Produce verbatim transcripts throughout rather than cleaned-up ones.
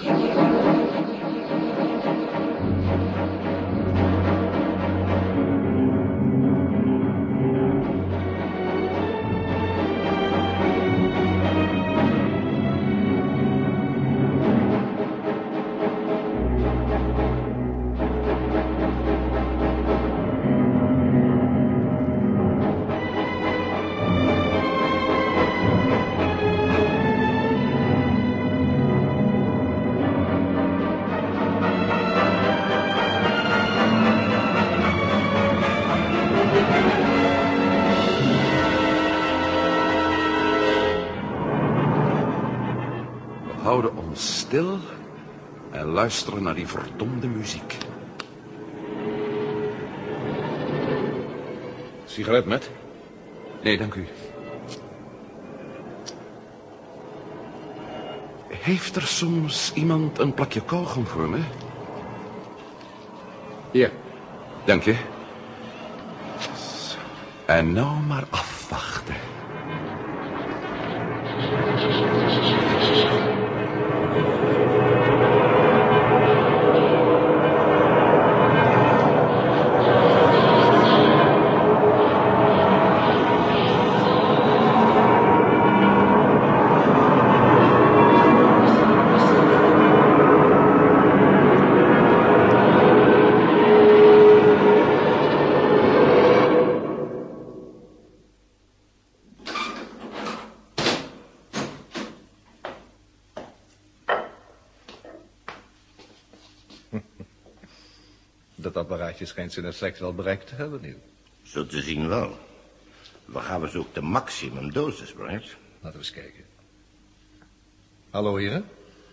Houden ons stil en luisteren naar die verdomde muziek. Sigaret met? Nee, dank u. Heeft er soms iemand een plakje kauwgom voor me? Hier. Dank je. En nou maar afwachten. Dat apparaatje schijnt zijn effect wel bereikt te hebben, Neil. Zo te zien wel. We gaan dus ook de maximum dosis, Bright. Laten we eens kijken. Hallo, heren.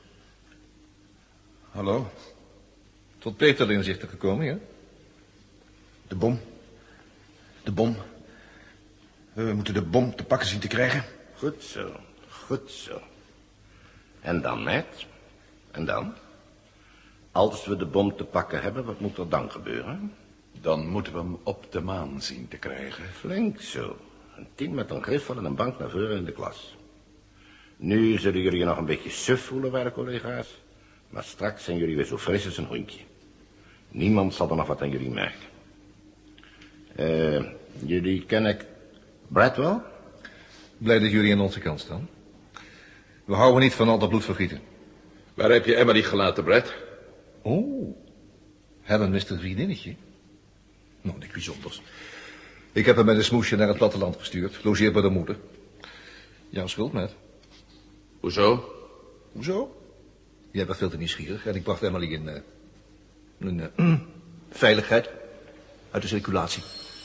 Hallo. Tot beter inzichten gekomen, ja? De bom. De bom. We moeten de bom te pakken zien te krijgen. Goed zo, goed zo. En dan, Matt? En dan? Als we de bom te pakken hebben, wat moet er dan gebeuren? Dan moeten we hem op de maan zien te krijgen. Flink zo. Een team met een griffel en een bank naar voren in de klas. Nu zullen jullie je nog een beetje suf voelen, waarde collega's. Maar straks zijn jullie weer zo fris als een hondje. Niemand zal er nog wat aan jullie merken. Uh, jullie kennen Brad wel? Blij dat jullie aan onze kant staan. We houden niet van al dat bloedvergieten. Waar heb je Emily gelaten, Brad? Oh, hebben mister Vriendinnetje? Nou, niks bijzonders. Ik heb hem met een smoesje naar het platteland gestuurd. Logeer bij de moeder. Jouw schuld, Matt. Hoezo? Hoezo? Jij bent veel te nieuwsgierig en ik bracht Emily in... Uh, een uh, veiligheid. Uit de circulatie.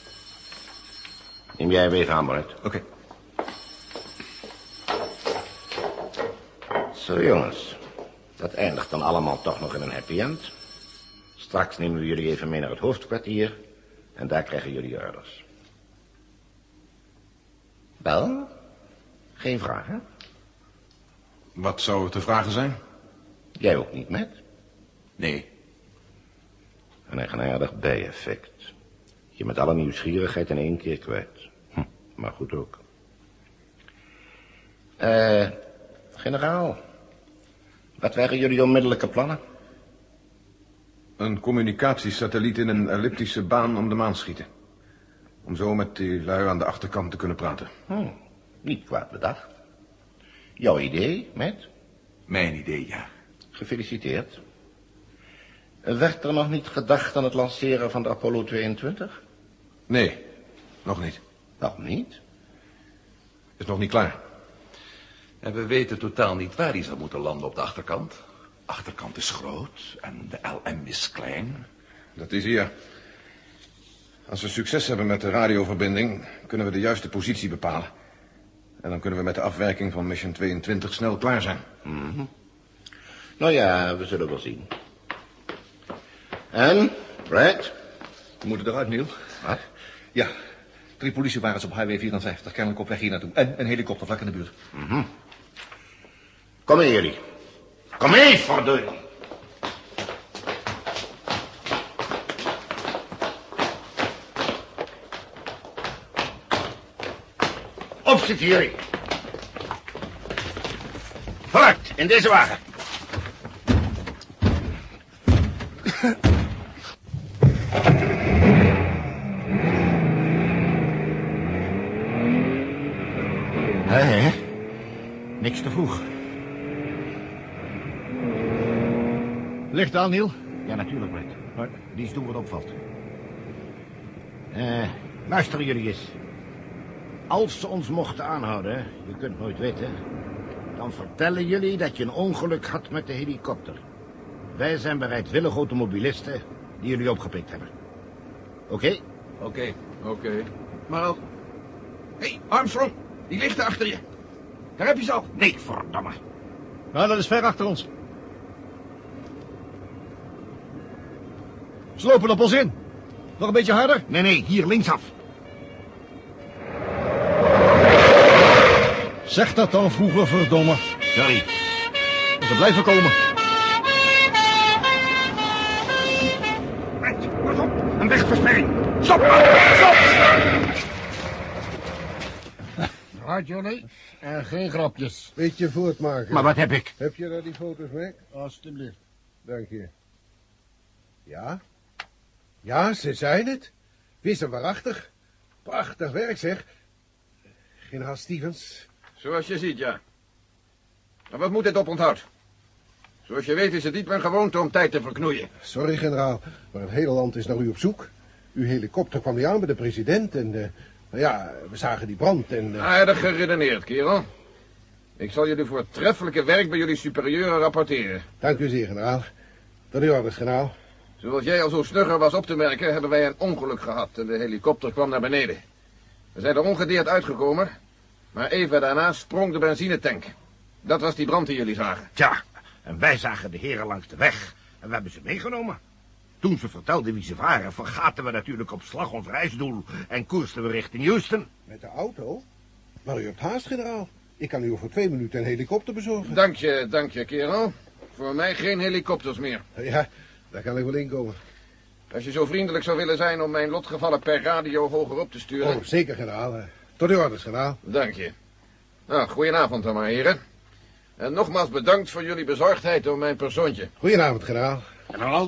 Neem jij hem even aan, Bart. Oké. Okay. Zo, jongens. Dat eindigt dan allemaal toch nog in een happy end. Straks nemen we jullie even mee naar het hoofdkwartier. En daar krijgen jullie orders. Wel? Geen vragen? Wat zou te vragen zijn? Jij ook niet, Matt? Nee. Een eigenaardig bijeffect. Je met alle nieuwsgierigheid in één keer kwijt. Hm, maar goed ook. Eh, uh, generaal. Wat waren jullie onmiddellijke plannen? Een communicatiesatelliet in een elliptische baan om de maan schieten. Om zo met die lui aan de achterkant te kunnen praten. Hm, niet kwaad bedacht. Jouw idee, Matt? Mijn idee, ja. Gefeliciteerd. Werd er nog niet gedacht aan het lanceren van de Apollo tweeëntwintig? Nee, nog niet. Nog niet? Is nog niet klaar. En we weten totaal niet waar die zou moeten landen op de achterkant. De achterkant is groot en de L M is klein. Dat is hier. Als we succes hebben met de radioverbinding, kunnen we de juiste positie bepalen. En dan kunnen we met de afwerking van Mission tweeëntwintig snel klaar zijn. Mm-hmm. Nou ja, we zullen wel zien. En, Brad? We moeten eruit, Neil. Wat? Ja, drie politiewagens op highway vierenvijftig, kennelijk op weg hier naartoe. En een helikopter vlak in de buurt. Mm-hmm. Kom mee, jullie. Kom mee, verdorie. Opzitten jullie. Vooruit, in deze wagen. Hé, hé. Niks te vroeg. Licht aan, Neil. Ja, natuurlijk, Brett. Maar die is doen wat opvalt. Eh, luisteren jullie eens. Als ze ons mochten aanhouden, je kunt nooit weten, dan vertellen jullie dat je een ongeluk had met de helikopter. Wij zijn bereidwillig automobilisten die jullie opgepikt hebben. Oké? Okay? Oké. Okay. Oké. Okay. Maar al... Hé, hey, Armstrong, die ligt daar achter je. Daar heb je ze al. Nee, verdamme. Nou, dat is ver achter ons. Ze lopen op ons in. Nog een beetje harder? Nee, nee, hier linksaf. Zeg dat dan vroeger, verdomme. Sorry. Ze blijven komen. Brett, pas op. Een wegversperring. Stop, stop. Right, jullie. En geen grapjes. Beetje voortmaken. Maar wat heb ik? Heb je daar die foto's mee? Alsjeblieft. Dank je. Ja? Ja, ze zijn het. Wees er waarachtig. Prachtig werk, zeg. Generaal Stevens. Zoals je ziet, ja. Maar wat moet dit oponthoud? Zoals je weet is het niet mijn gewoonte om tijd te verknoeien. Sorry, generaal, maar het hele land is naar u op zoek. Uw helikopter kwam niet aan bij de president en... Uh, nou ja, we zagen die brand en... Uh... Aardig geredeneerd, kerel. Ik zal jullie voortreffelijke werk bij jullie superieuren rapporteren. Dank u zeer, generaal. Tot uw orders, generaal. Zoals jij al zo snugger was op te merken, hebben wij een ongeluk gehad en de helikopter kwam naar beneden. We zijn er ongedeerd uitgekomen, maar even daarna sprong de benzinetank. Dat was die brand die jullie zagen. Tja, en wij zagen de heren langs de weg en we hebben ze meegenomen. Toen ze vertelden wie ze waren, vergaten we natuurlijk op slag ons reisdoel en koersten we richting Houston. Met de auto? Maar u hebt haast, generaal. Ik kan u over twee minuten een helikopter bezorgen. Dank je, dank je, kerel. Voor mij geen helikopters meer. Ja, daar kan ik wel inkomen. Als je zo vriendelijk zou willen zijn om mijn lotgevallen per radio hoger op te sturen. Oh, zeker, generaal. Tot uw orders, generaal. Dank je. Nou, goedenavond dan maar, heren. En nogmaals bedankt voor jullie bezorgdheid om mijn persoontje. Goedenavond, generaal. Generaal?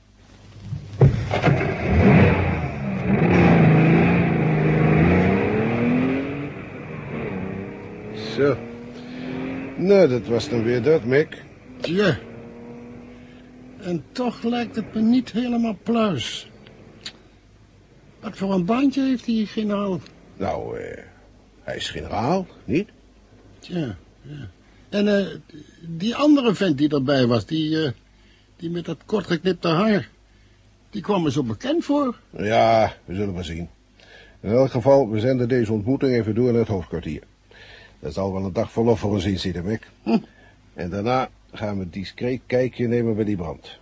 Zo. Nou, dat was dan weer dat, Mick. Tja. En toch lijkt het me niet helemaal pluis. Wat voor een baantje heeft die generaal? Nou, eh, hij is generaal, niet? Tja, ja. En eh, die andere vent die erbij was, die, eh, die met dat kortgeknipte haar, die kwam me zo bekend voor. Ja, we zullen maar zien. In elk geval, we zenden deze ontmoeting even door naar het hoofdkwartier. Dat zal wel een dag verlof voor ons in zitten, Mick. Hm. En daarna gaan we een discreet kijkje nemen bij die brand.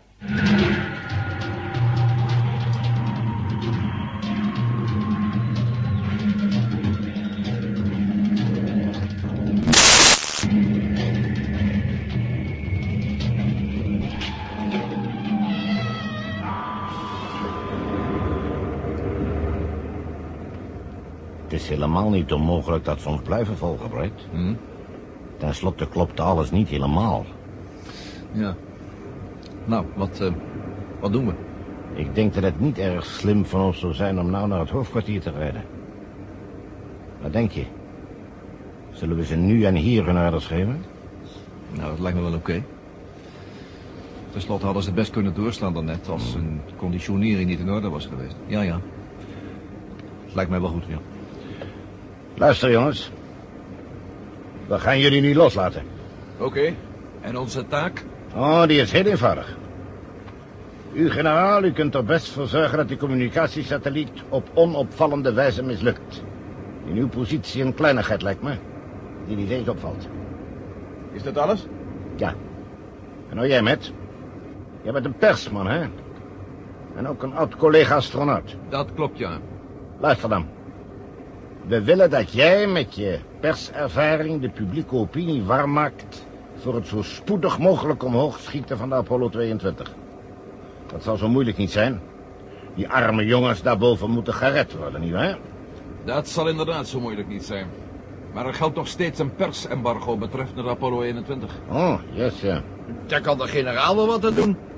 Het is helemaal niet onmogelijk dat ze ons blijven volgen, Brett. Hm? Ten slotte klopt alles niet helemaal. Ja. Nou, wat, uh, wat doen we? Ik denk dat het niet erg slim van ons zou zijn om nou naar het hoofdkwartier te rijden. Wat denk je? Zullen we ze nu en hier hun orders geven? Nou, dat lijkt me wel oké. Okay. Ten slotte hadden ze het best kunnen doorslaan daarnet als hun conditionering niet in orde was geweest. Ja, ja. Lijkt mij wel goed, ja. Luister, jongens. We gaan jullie nu loslaten. Oké. Okay. En onze taak? Oh, die is heel eenvoudig. U, generaal, u kunt er best voor zorgen dat de communicatiesatelliet op onopvallende wijze mislukt. In uw positie een kleinigheid, lijkt me, die niet eens opvalt. Is dat alles? Ja. En nou jij, Matt. Jij bent een persman, hè? En ook een oud-collega-astronaut. Dat klopt, ja. Luister dan. We willen dat jij met je perservaring de publieke opinie warm maakt voor het zo spoedig mogelijk omhoog schieten van de Apollo tweeëntwintig. Dat zal zo moeilijk niet zijn. Die arme jongens daarboven moeten gered worden, nietwaar? Dat zal inderdaad zo moeilijk niet zijn. Maar er geldt nog steeds een persembargo betreffende de Apollo eenentwintig. Oh, yes, ja. Daar kan de generaal wel wat aan doen.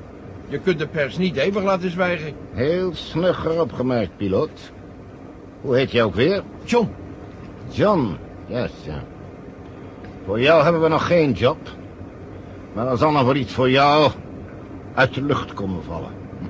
Je kunt de pers niet eeuwig laten zwijgen. Heel snugger opgemerkt, piloot. Hoe heet je ook weer? John. John, yes, ja. Voor jou hebben we nog geen job. Maar er zal nog wel iets voor jou uit de lucht komen vallen.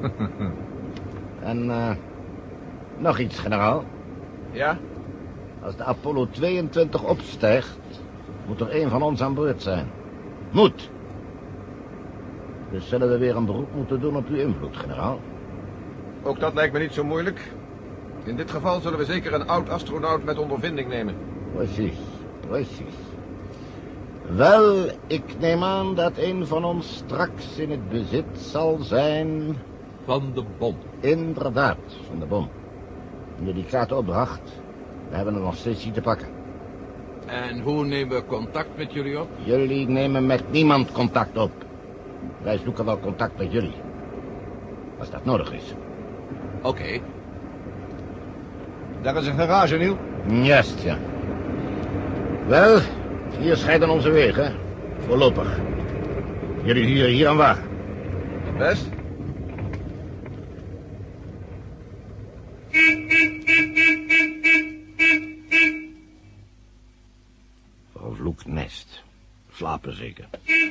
En uh, nog iets, generaal. Ja? Als de Apollo tweeëntwintig opstijgt, moet er een van ons aan boord zijn. Moet. Dus zullen we weer een beroep moeten doen op uw invloed, generaal. Ook dat lijkt me niet zo moeilijk. In dit geval zullen we zeker een oud-astronaut met ondervinding nemen. Precies, precies. Wel, ik neem aan dat een van ons straks in het bezit zal zijn... Van de bom. Inderdaad, van de bom. Een delicate opdracht. We hebben er nog steeds niet te pakken. En hoe nemen we contact met jullie op? Jullie nemen met niemand contact op. Wij zoeken wel contact met jullie. Als dat nodig is. Oké. Okay. Daar is een garage, Niel. Juist, ja. Wel, hier scheiden onze wegen. Voorlopig. Jullie huren hier een wagen. Best. Vervloekt nest. Slapen zeker.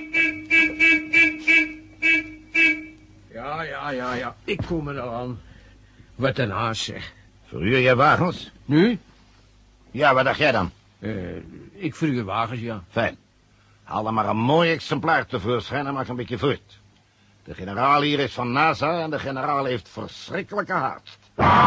Ja, ja, ja, ja. Ik kom er al aan. Wat een haast, zeg. Verhuur jij wagens? Nu? Ja, wat dacht jij dan? Uh, ik verhuur wagens, ja. Fijn. Haal dan maar een mooi exemplaar tevoorschijn en maak een beetje voort. De generaal hier is van NASA en de generaal heeft verschrikkelijke haast.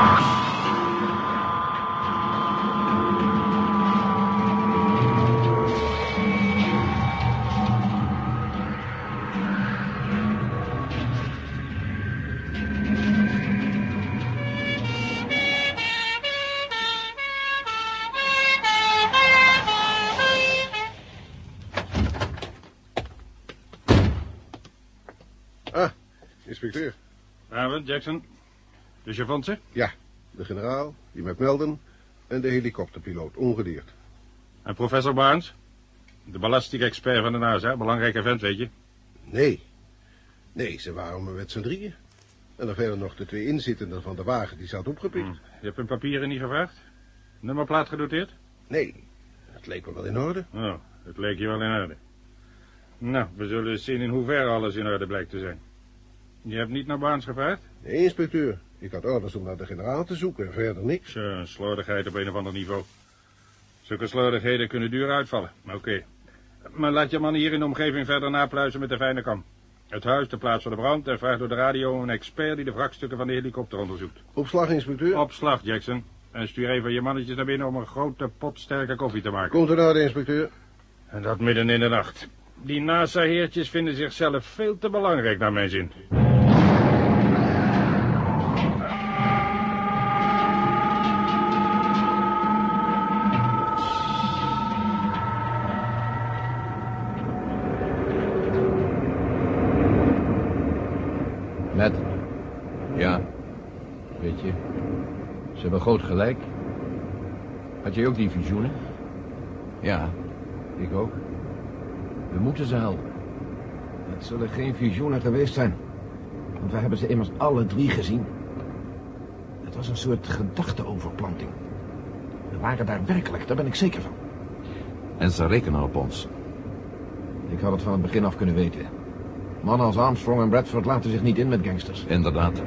Ah, inspecteur. Avond, Jackson. Dus je vond ze? Ja, de generaal, die met Melden en de helikopterpiloot, ongedeerd. En professor Barnes? De belastingexpert van de NASA, belangrijke vent, weet je? Nee. Nee, ze waren maar met z'n drieën. En dan verder nog de twee inzittenden van de wagen die ze had opgepikt. Hm. Je hebt hun papieren niet gevraagd? Nummerplaat genoteerd? Nee, het leek me wel in orde. Oh, het leek je wel in orde. Nou, we zullen eens zien in hoeverre alles in orde blijkt te zijn. Je hebt niet naar Barnes gevraagd? Nee, inspecteur. Ik had orders om naar de generaal te zoeken en verder niks. Tja, een slordigheid op een of ander niveau. Zulke slordigheden kunnen duur uitvallen, oké. Okay. Maar laat je man hier in de omgeving verder napluizen met de fijne kam. Het huis, de plaats van de brand en vraag door de radio een expert die de wrakstukken van de helikopter onderzoekt. Opslag, inspecteur? Opslag, Jackson. En stuur even je mannetjes naar binnen om een grote pot sterke koffie te maken. Komt er nou de inspecteur? En dat midden in de nacht. Die NASA-heertjes vinden zichzelf veel te belangrijk naar mijn zin. Net. Ja. Weet je, ze hebben groot gelijk. Had jij ook die visioenen? Ja, ik ook. We moeten ze helpen. Het zullen geen visioenen geweest zijn. Want we hebben ze immers alle drie gezien. Het was een soort gedachteoverplanting. We waren daar werkelijk, daar ben ik zeker van. En ze rekenen op ons. Ik had het van het begin af kunnen weten. Mannen als Armstrong en Bradford laten zich niet in met gangsters. Inderdaad.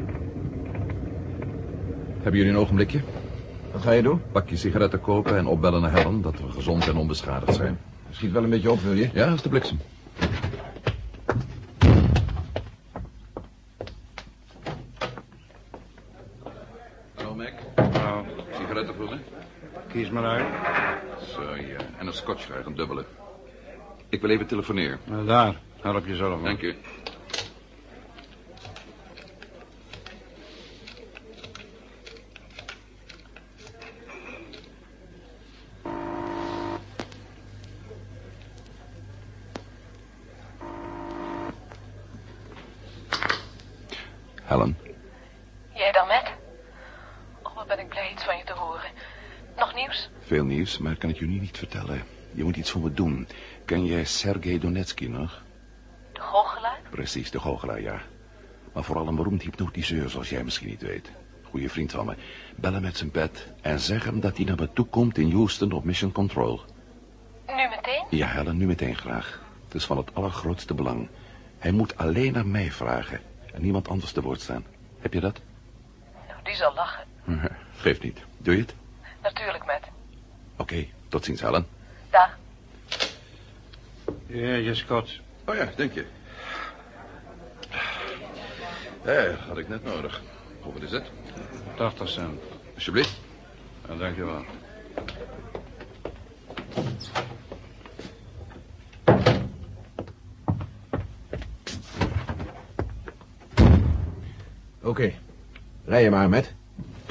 Hebben jullie een ogenblikje? Wat ga je doen? Pak je sigaretten kopen en opbellen naar Helen dat we gezond en onbeschadigd zijn. Schiet wel een beetje op, wil je? Ja, dat is de bliksem. Hallo, Mac. Nou, Sigaretten voor me? kies maar uit. Zo, ja. En een scotch graag, een dubbele. Ik wil even telefoneren. Nou, daar, help jezelf maar. Dank u. Helen. Jij dan, Matt? Oh, wat ben ik blij iets van je te horen. Nog nieuws? Veel nieuws, maar kan ik jullie niet vertellen. Je moet iets voor me doen. Ken jij Sergei Donetsky nog? De goochelaar? Precies, de goochelaar, ja. Maar vooral een beroemd hypnotiseur, zoals jij misschien niet weet. Goeie vriend van me. Bel hem met zijn pet en zeg hem dat hij naar me toe komt in Houston op Mission Control. Nu meteen? Ja, Helen, nu meteen graag. Het is van het allergrootste belang. Hij moet alleen naar mij vragen en niemand anders te woord staan. Heb je dat? Nou, die zal lachen. Geeft niet. Doe je het? Natuurlijk, Matt. Oké, okay, tot ziens, Helen. Dag. Ja, je Scott. Oh ja, denk je. Hé, had ik net nodig. Hoeveel is het? tachtig cent. Alsjeblieft. Ja, dankjewel. Oké. Okay. Rij je maar, Matt.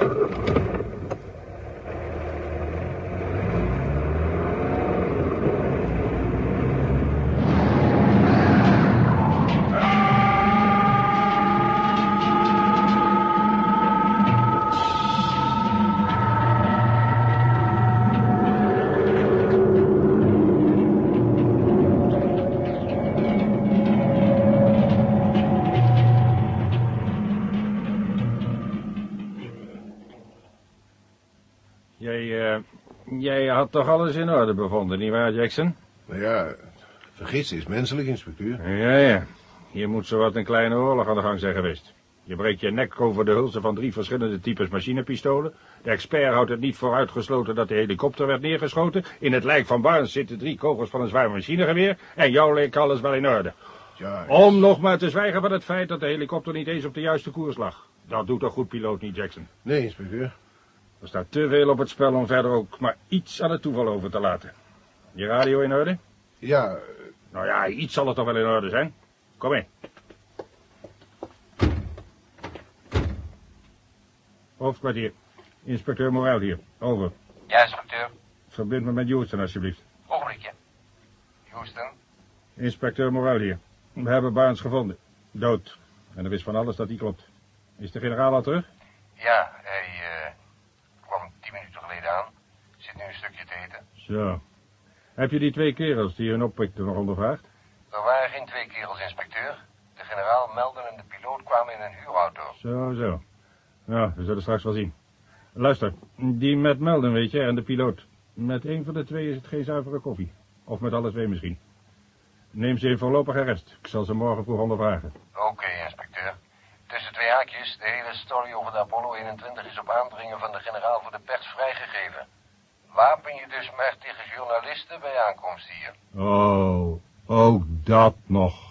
Jij, uh, jij had toch alles in orde bevonden, nietwaar, Jackson? Nou ja, vergissen is menselijk, inspecteur. Ja, ja. Hier moet zowat een kleine oorlog aan de gang zijn geweest. Je breekt je nek over de hulzen van drie verschillende types machinepistolen. De expert houdt het niet voor uitgesloten dat de helikopter werd neergeschoten. In het lijk van Barnes zitten drie kogels van een zwaar machinegeweer. En jou leek alles wel in orde. Ja, Om nog maar te zwijgen van het feit dat de helikopter niet eens op de juiste koers lag. Dat doet een goed piloot niet, Jackson. Nee, inspecteur. Er staat te veel op het spel om verder ook maar iets aan het toeval over te laten. Je radio in orde? Ja. Uh... Nou ja, iets zal er toch wel in orde zijn. Kom in. Hoofdkwartier. Inspecteur Morel hier. Over. Ja, inspecteur. Verbind me met Houston, alsjeblieft. Ogenblikje. Houston. Inspecteur Morel hier. We hebben Barnes gevonden. Dood. En er is van alles dat die klopt. Is de generaal al terug? Ja, hij uh, kwam tien minuten geleden aan. Zit nu een stukje te eten. Zo. Heb je die twee kerels die hun oppikten nog ondervraagd? Er waren geen twee kerels, inspecteur. De generaal meldde en de piloot kwamen in een huurauto. Zo, zo. Nou, we zullen straks wel zien. Luister, die met Melden, weet je, en de piloot. Met één van de twee is het geen zuivere koffie. Of met alle twee misschien. Neem ze in voorlopig arrest. Ik zal ze morgen vroeg ondervragen. Oké, okay, inspecteur. Tussen twee haakjes, de hele story over de Apollo eenentwintig is op aandringen van de generaal voor de pers vrijgegeven. Wapen je dus maar tegen journalisten bij aankomst hier. Oh, ook dat nog.